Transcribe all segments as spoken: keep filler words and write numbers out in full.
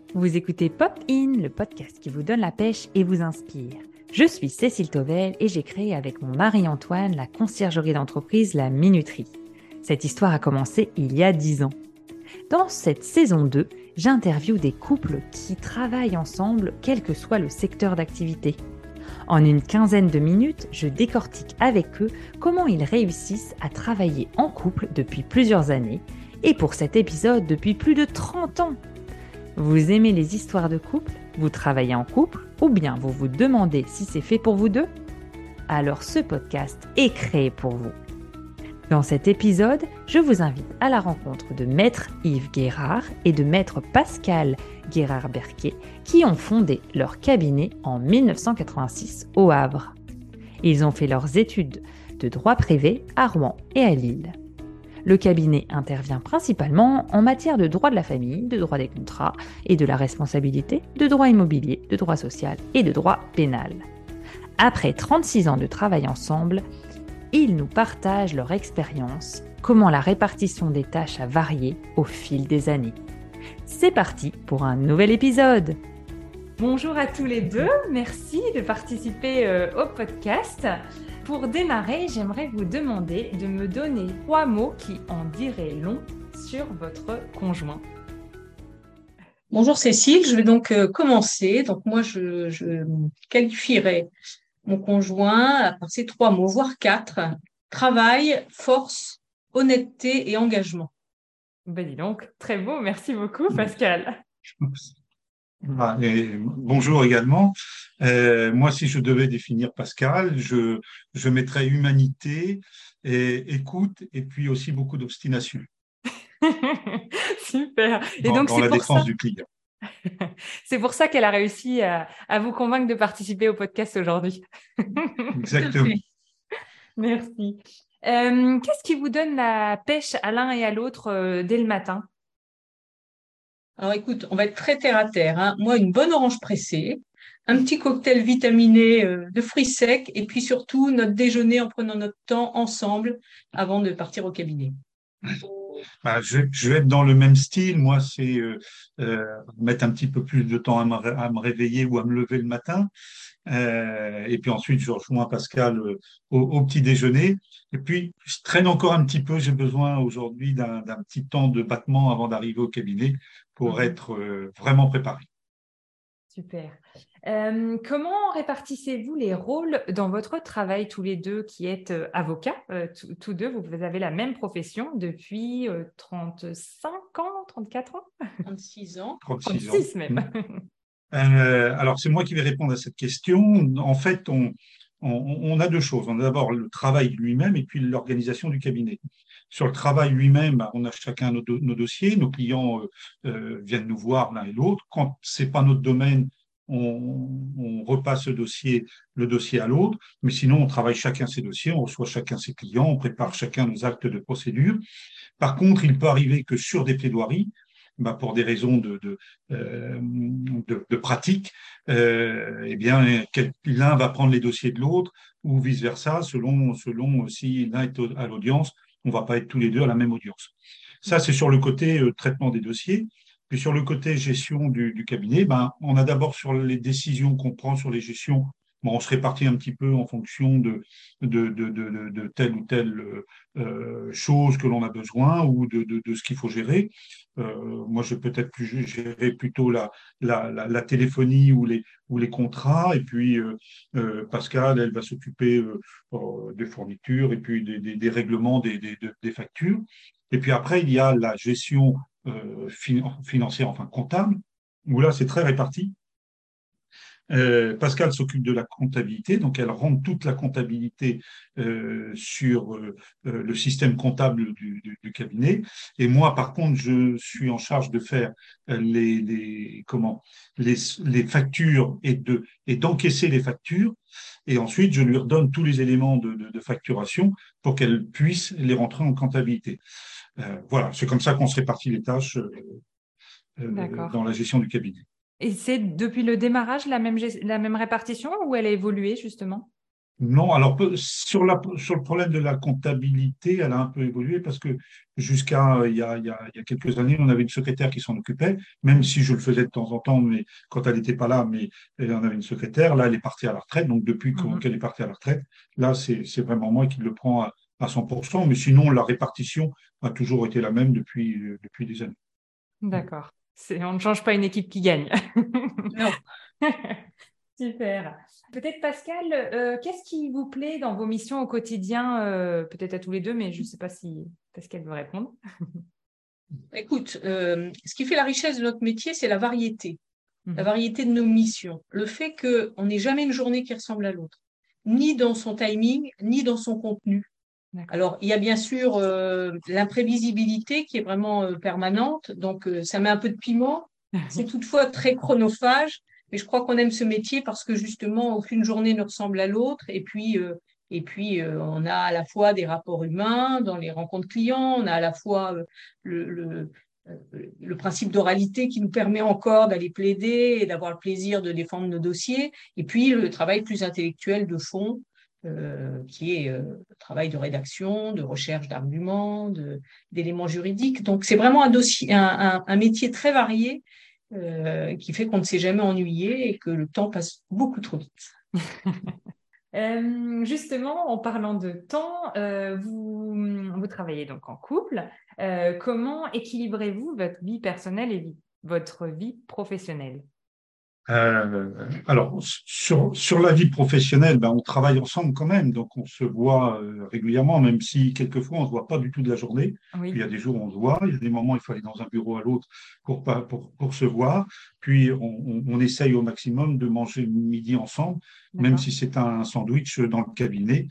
Vous écoutez Pop In, le podcast qui vous donne la pêche et vous inspire. Je suis Cécile Tovel et j'ai créé avec mon mari Antoine la conciergerie d'entreprise La Minuterie. Cette histoire a commencé il y a dix ans. Dans cette saison deux, j'interviewe des couples qui travaillent ensemble quel que soit le secteur d'activité. En une quinzaine de minutes, je décortique avec eux comment ils réussissent à travailler en couple depuis plusieurs années et pour cet épisode depuis plus de trente ans. Vous aimez les histoires de couple? Vous travaillez en couple? Ou bien vous vous demandez si c'est fait pour vous deux? Alors ce podcast est créé pour vous. Dans cet épisode, je vous invite à la rencontre de Maître Yves Guérard et de Maître Pascal Guérard-Berquet qui ont fondé leur cabinet en dix-neuf cent quatre-vingt-six au Havre. Ils ont fait leurs études de droit privé à Rouen et à Lille. Le cabinet intervient principalement en matière de droit de la famille, de droit des contrats et de la responsabilité, de droit immobilier, de droit social et de droit pénal. Après trente-six ans de travail ensemble, ils nous partagent leur expérience, comment la répartition des tâches a varié au fil des années. C'est parti pour un nouvel épisode. Bonjour à tous les deux, merci de participer euh, au podcast. Pour démarrer, j'aimerais vous demander de me donner trois mots qui en diraient long sur votre conjoint. Bonjour Cécile, je vais donc euh, commencer. Donc moi, je, je qualifierais mon conjoint par ces trois mots, voire quatre: travail, force, honnêteté et engagement. Ben dis donc, très beau, merci beaucoup Pascal. Ah, et bonjour également. Euh, moi, si je devais définir Pascal, je, je mettrais humanité, et écoute, et puis aussi beaucoup d'obstination. Super. Et dans, donc dans c'est la pour défense ça. du client. C'est pour ça qu'elle a réussi à, à vous convaincre de participer au podcast aujourd'hui. Exactement. Merci. Euh, qu'est-ce qui vous donne la pêche à l'un et à l'autre euh, dès le matin? Alors écoute, on va être très terre à terre, hein. Moi, une bonne orange pressée, un petit cocktail vitaminé euh, de fruits secs, et puis surtout notre déjeuner en prenant notre temps ensemble avant de partir au cabinet. Bah, je, je vais être dans le même style. Moi, c'est euh, euh, mettre un petit peu plus de temps à me, ré- à me réveiller ou à me lever le matin. Euh, et puis ensuite, je rejoins Pascal euh, au, au petit déjeuner. Et puis, je traîne encore un petit peu. J'ai besoin aujourd'hui d'un d'un petit temps de battement avant d'arriver au cabinet pour Mhm. être euh, vraiment préparé. Super. Euh, comment répartissez-vous les rôles dans votre travail tous les deux qui êtes euh, avocats, euh, tous tous deux, vous vous avez la même profession depuis euh, trente-cinq ans, trente-quatre ans? trente-six ans. trente-six ans. trente-six même. Mm. Euh, alors, c'est moi qui vais répondre à cette question. En fait, on, on, on a deux choses. On a d'abord le travail lui-même et puis l'organisation du cabinet. Sur le travail lui-même, bah, on a chacun nos, do- nos dossiers. Nos clients euh, euh, viennent nous voir l'un et l'autre. Quand c'est pas notre domaine, on, on repasse le dossier, le dossier à l'autre. Mais sinon, on travaille chacun ses dossiers, on reçoit chacun ses clients, on prépare chacun nos actes de procédure. Par contre, il peut arriver que sur des plaidoiries, bah, pour des raisons de, de, euh, de, de pratique, euh, eh bien, quel- l'un va prendre les dossiers de l'autre ou vice-versa, selon, selon si l'un est au- à l'audience, on ne va pas être tous les deux à la même audience. Ça, c'est sur le côté euh, traitement des dossiers. Puis sur le côté gestion du, du cabinet, ben, on a d'abord sur les décisions qu'on prend sur les gestions, bon, on se répartit un petit peu en fonction de, de, de, de, de telle ou telle euh, chose que l'on a besoin ou de, de, de ce qu'il faut gérer. Euh, moi, je vais peut-être plus gérer plutôt la, la, la, la téléphonie ou les, ou les contrats. Et puis, euh, euh, Pascal, elle va s'occuper euh, euh, des fournitures et puis des, des, des règlements des, des, des factures. Et puis après, il y a la gestion euh, fin financière, enfin comptable, où là, c'est très réparti. Euh, Pascal s'occupe de la comptabilité, donc elle rend toute la comptabilité euh, sur euh, euh, le système comptable du, du, du, cabinet. Et moi, par contre, je suis en charge de faire les, les comment les, les factures et de et d'encaisser les factures. Et ensuite, je lui redonne tous les éléments de, de, de facturation pour qu'elle puisse les rentrer en comptabilité. Euh, voilà, c'est comme ça qu'on se répartit les tâches euh, euh, D'accord. dans la gestion du cabinet. Et c'est depuis le démarrage la même, gest- la même répartition ou elle a évolué justement? Non, alors peu- sur la, sur le problème de la comptabilité, elle a un peu évolué parce que jusqu'à euh, il y a, il y a, il y a quelques années, on avait une secrétaire qui s'en occupait, même si je le faisais de temps en temps, mais quand elle n'était pas là, mais elle en avait une secrétaire. Là, elle est partie à la retraite, donc depuis qu'on- Mhm. qu'elle est partie à la retraite, là, c'est, c'est vraiment moi qui le prends à, à cent pour cent. Mais sinon, la répartition a toujours été la même depuis, euh, depuis des années. D'accord. C'est, on ne change pas une équipe qui gagne. Non. Super. Peut-être Pascal, euh, qu'est-ce qui vous plaît dans vos missions au quotidien, euh, peut-être à tous les deux, mais je ne sais pas si Pascal veut répondre. Écoute, euh, ce qui fait la richesse de notre métier, c'est la variété, la Mhm. variété de nos missions. Le fait qu'on n'ait jamais une journée qui ressemble à l'autre, ni dans son timing, ni dans son contenu. D'accord. Alors, il y a bien sûr euh, l'imprévisibilité qui est vraiment euh, permanente, donc euh, ça met un peu de piment. C'est toutefois très chronophage, mais je crois qu'on aime ce métier parce que justement, aucune journée ne ressemble à l'autre. Et puis, euh, et puis euh, on a à la fois des rapports humains dans les rencontres clients, on a à la fois euh, le, le, euh, le principe d'oralité qui nous permet encore d'aller plaider et d'avoir le plaisir de défendre nos dossiers, et puis le travail plus intellectuel de fond euh, qui est euh, le travail de rédaction, de recherche d'arguments, de, d'éléments juridiques. Donc, c'est vraiment un, dossier, un, un, un métier très varié euh, qui fait qu'on ne s'est jamais ennuyé et que le temps passe beaucoup trop vite. Euh, justement, en parlant de temps, euh, vous, vous travaillez donc en couple. Euh, comment équilibrez-vous votre vie personnelle et vie- votre vie professionnelle? Euh, alors, sur, sur la vie professionnelle, ben, on travaille ensemble quand même, donc on se voit euh, régulièrement, même si quelquefois on ne se voit pas du tout de la journée. Puis il y Oui, a des jours où on se voit, il y a des moments où il faut aller dans un bureau à l'autre pour, pas- pour, pour se voir. Puis on, on, on essaye au maximum de manger le midi ensemble, même d'accord. si c'est un sandwich dans le cabinet.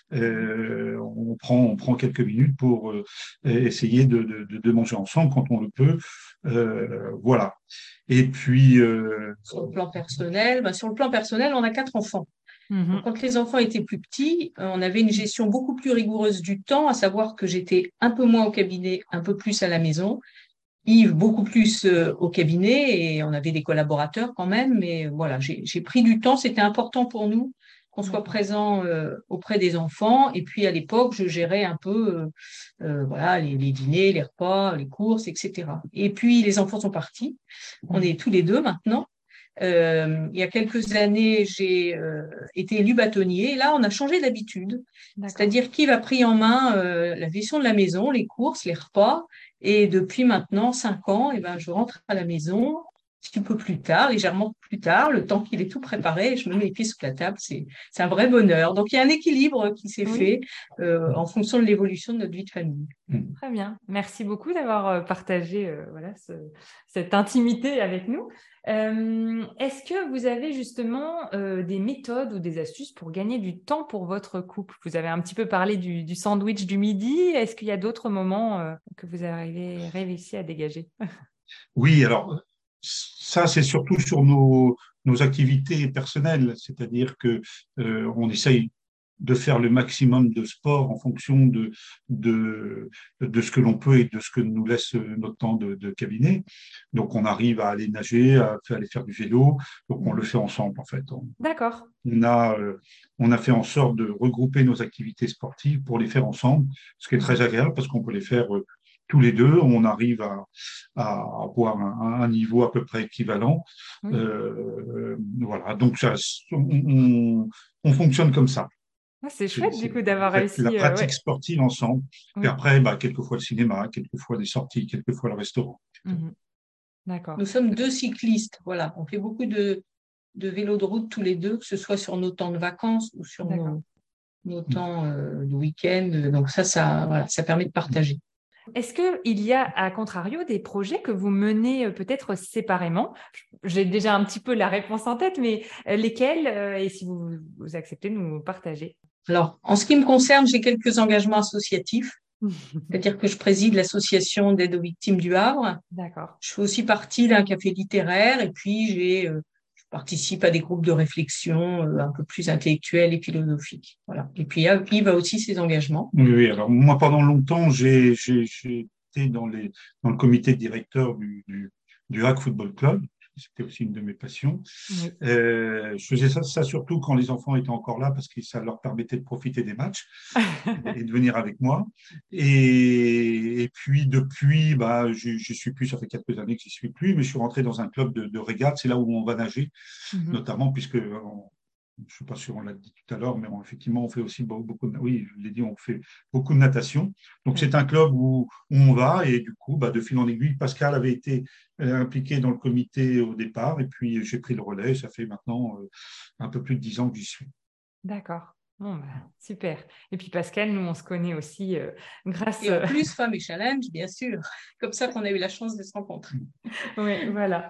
Euh, on prend, on prend quelques minutes pour euh, essayer de, de, de manger ensemble quand on le peut. Euh, voilà. Et puis, euh, Sur le plan personnel, ben, sur le plan personnel, on a quatre enfants. Donc, Mhm. quand les enfants étaient plus petits, euh, on avait une gestion beaucoup plus rigoureuse du temps, à savoir que j'étais un peu moins au cabinet, un peu plus à la maison. Yves beaucoup plus euh, au cabinet et on avait des collaborateurs quand même, mais voilà, j'ai j'ai pris du temps, c'était important pour nous qu'on soit D'accord. présent euh, auprès des enfants. Et puis à l'époque, je gérais un peu euh, euh, voilà, les, les dîners, les repas, les courses, et cetera. Et puis les enfants sont partis, on Mhm. est tous les deux maintenant. Euh, il y a quelques années, j'ai euh, été élu bâtonnier. Et là, on a changé d'habitude. D'accord. C'est-à-dire qu'il a pris en main euh, la gestion de la maison, les courses, les repas. Et depuis maintenant cinq ans, eh ben, je rentre à la maison un petit peu plus tard, légèrement plus tard, le temps qu'il est tout préparé, et je me mets les pieds sous la table. C'est, c'est un vrai bonheur. Donc, il y a un équilibre qui s'est Oui. fait euh, en fonction de l'évolution de notre vie de famille. Très bien. Merci beaucoup d'avoir euh, partagé euh, voilà, ce- cette intimité avec nous. Euh, est-ce que vous avez justement euh, des méthodes ou des astuces pour gagner du temps pour votre couple? Vous avez un petit peu parlé du, du sandwich du midi. Est-ce qu'il y a d'autres moments euh, que vous avez réussi à dégager? oui, alors ça, c'est surtout sur nos, nos activités personnelles, c'est-à-dire que euh, on essaye de faire le maximum de sport en fonction de, de, de ce que l'on peut et de ce que nous laisse notre temps de, de cabinet. Donc, on arrive à aller nager, à aller faire du vélo. Donc, on le Mhm. fait ensemble, en fait. On, D'accord. on a, euh, on a fait en sorte de regrouper nos activités sportives pour les faire ensemble, ce qui est très Mhm. agréable parce qu'on peut les faire euh, tous les deux. On arrive à, à avoir un, un niveau à peu près équivalent. Oui. Euh, voilà, donc ça, on, on, on fonctionne comme ça. Ah, c'est C'est chouette du c'est coup d'avoir la réussi. Euh, pratique ouais. sportive ensemble. Puis Oui. après, bah, quelquefois le cinéma, quelquefois des sorties, quelquefois le restaurant. Mhm. D'accord. Nous sommes deux cyclistes. Voilà, on fait beaucoup de, de vélo de route tous les deux, que ce soit sur nos temps de vacances ou sur D'accord. nos, nos temps euh, de week-end. Donc ça, ça, voilà, ça permet de partager. Est-ce qu'il y a, à contrario, des projets que vous menez euh, peut-être séparément? J'ai déjà un petit peu la réponse en tête, mais euh, lesquels, euh, et si vous, vous acceptez de nous partager? Alors, en ce qui me concerne, j'ai quelques engagements associatifs, c'est-à-dire que je préside l'association d'aide aux victimes du Havre. D'accord. Je fais aussi partie d'un café littéraire et puis j'ai, euh, je participe à des groupes de réflexion euh, un peu plus intellectuels et philosophiques. Voilà. Et puis, Yves a aussi ses engagements. Oui, oui. Alors moi, pendant longtemps, j'ai j'ai- j'ai été dans les dans le comité directeur du, du, du Hack Football Club. c'était aussi une de mes passions. Oui. Euh, je faisais ça, ça surtout quand les enfants étaient encore là, parce que ça leur permettait de profiter des matchs et de venir avec moi. Et, et puis depuis, bah, je ne suis plus, ça fait quelques années que je n'y suis plus, mais je suis rentré dans un club de, de régate, c'est là où on va nager, Mhm. notamment puisque... On, je ne sais pas si on l'a dit tout à l'heure, mais on, effectivement, on fait aussi beaucoup de, oui, je l'ai dit, on fait beaucoup de natation. Donc, Oui. c'est un club où, où on va et du coup, bah, de fil en aiguille, Pascal avait été euh, impliqué dans le comité au départ et puis j'ai pris le relais. Ça fait maintenant euh, un peu plus de dix ans que j'y suis. D'accord. Bon, bah, super. Et puis Pascal, nous, on se connaît aussi euh, grâce... Et en plus, Femmes et Challenge, bien sûr. Comme ça qu'on a eu la chance de se rencontrer. Oui, voilà.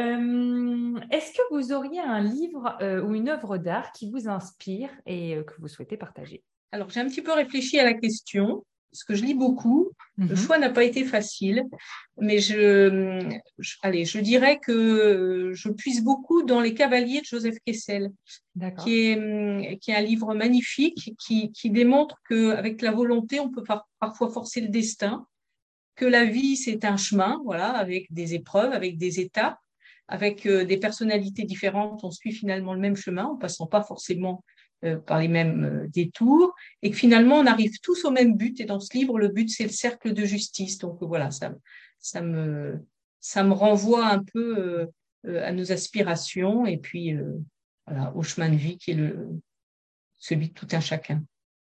Euh, est-ce que vous auriez un livre euh, ou une œuvre d'art qui vous inspire et euh, que vous souhaitez partager? Alors, j'ai un petit peu réfléchi à la question, parce que je lis beaucoup. Le Mhm. choix n'a pas été facile, mais je, je, allez, je dirais que je puise beaucoup dans Les Cavaliers de Joseph Kessel, D'accord. qui est, qui est un livre magnifique, qui, qui démontre qu'avec la volonté, on peut par, parfois forcer le destin, que la vie, c'est un chemin, voilà, avec des épreuves, avec des étapes, avec euh, des personnalités différentes, on suit finalement le même chemin, en passant pas forcément euh, par les mêmes euh, détours, et que finalement, on arrive tous au même but. Et dans ce livre, le but, c'est le cercle de justice. Donc euh, voilà, ça, ça, me, ça me renvoie un peu euh, euh, à nos aspirations et puis euh, voilà, au chemin de vie qui est le, celui de tout un chacun.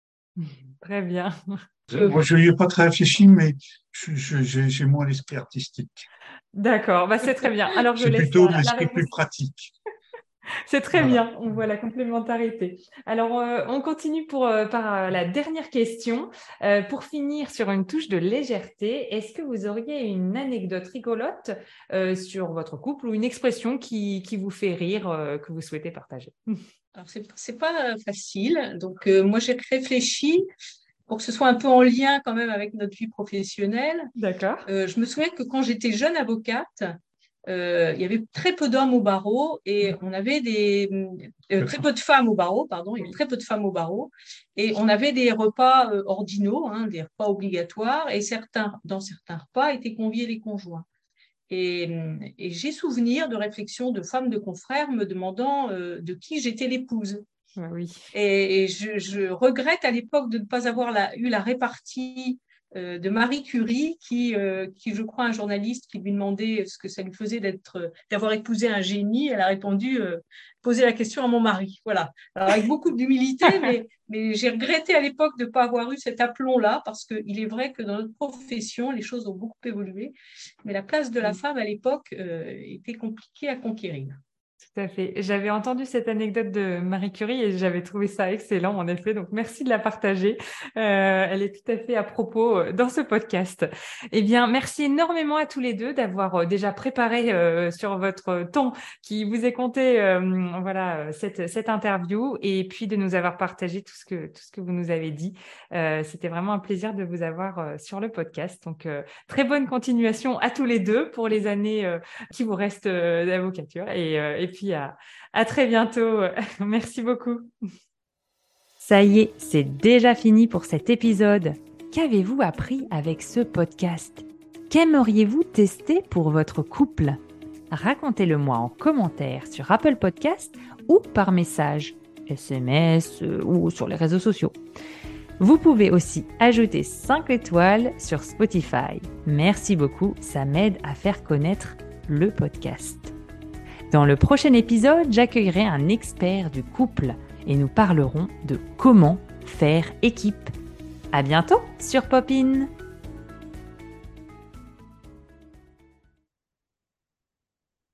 Très bien. Euh, Moi, je n'y ai pas très réfléchi, mais je, je, j'ai, j'ai moins l'esprit artistique. D'accord, bah, c'est très bien. Alors, je C'est laisse plutôt la, la l'esprit réponse. plus pratique. C'est très Voilà. bien, on voit la complémentarité. Alors, euh, on continue pour, euh, par euh, la dernière question. Euh, pour finir sur une touche de légèreté, est-ce que vous auriez une anecdote rigolote euh, sur votre couple ou une expression qui, qui vous fait rire, euh, que vous souhaitez partager? Alors, c'est, c'est pas facile. Donc, euh, moi, j'ai réfléchi pour que ce soit un peu en lien quand même avec notre vie professionnelle. D'accord. Euh, je me souviens que quand j'étais jeune avocate, euh, il y avait très peu d'hommes au barreau et on avait des euh, très peu de femmes au barreau, pardon, il y avait Oui. très peu de femmes au barreau et on avait des repas euh, ordinaux, hein, des repas obligatoires et certains, dans certains repas étaient conviés les conjoints. Et, et j'ai souvenir de réflexions de femmes de confrères me demandant euh, de qui j'étais l'épouse. Bah oui. Et, et je, je regrette à l'époque de ne pas avoir la, eu la répartie euh, de Marie Curie, qui, euh, qui, je crois, un journaliste qui lui demandait ce que ça lui faisait d'être, d'avoir épousé un génie. Elle a répondu euh, poser la question à mon mari. Voilà. Alors, avec beaucoup d'humilité, mais, mais j'ai regretté à l'époque de ne pas avoir eu cet aplomb-là, parce qu'il est vrai que dans notre profession, les choses ont beaucoup évolué, mais la place de la femme à l'époque euh, était compliquée à conquérir. Tout à fait. J'avais entendu cette anecdote de Marie Curie et j'avais trouvé ça excellent, en effet. Donc, merci de la partager. Euh, elle est tout à fait à propos euh, dans ce podcast. Eh bien, merci énormément à tous les deux d'avoir euh, déjà préparé euh, sur votre temps qui vous est compté, euh, voilà, cette, cette interview et puis de nous avoir partagé tout ce que, tout ce que vous nous avez dit. Euh, c'était vraiment un plaisir de vous avoir euh, sur le podcast. Donc, euh, très bonne continuation à tous les deux pour les années euh, qui vous restent euh, d'avocature et, euh, et puis à, à très bientôt. Merci beaucoup. Ça y est, c'est déjà fini pour cet épisode. Qu'avez-vous appris avec ce podcast? Qu'aimeriez-vous tester pour votre couple? Racontez-le moi en commentaire sur Apple Podcast ou par message, S M S euh, ou sur les réseaux sociaux. Vous pouvez aussi ajouter cinq étoiles sur Spotify. Merci beaucoup, ça m'aide à faire connaître le podcast. Dans le prochain épisode, j'accueillerai un expert du couple et nous parlerons de comment faire équipe. À bientôt sur Pop In!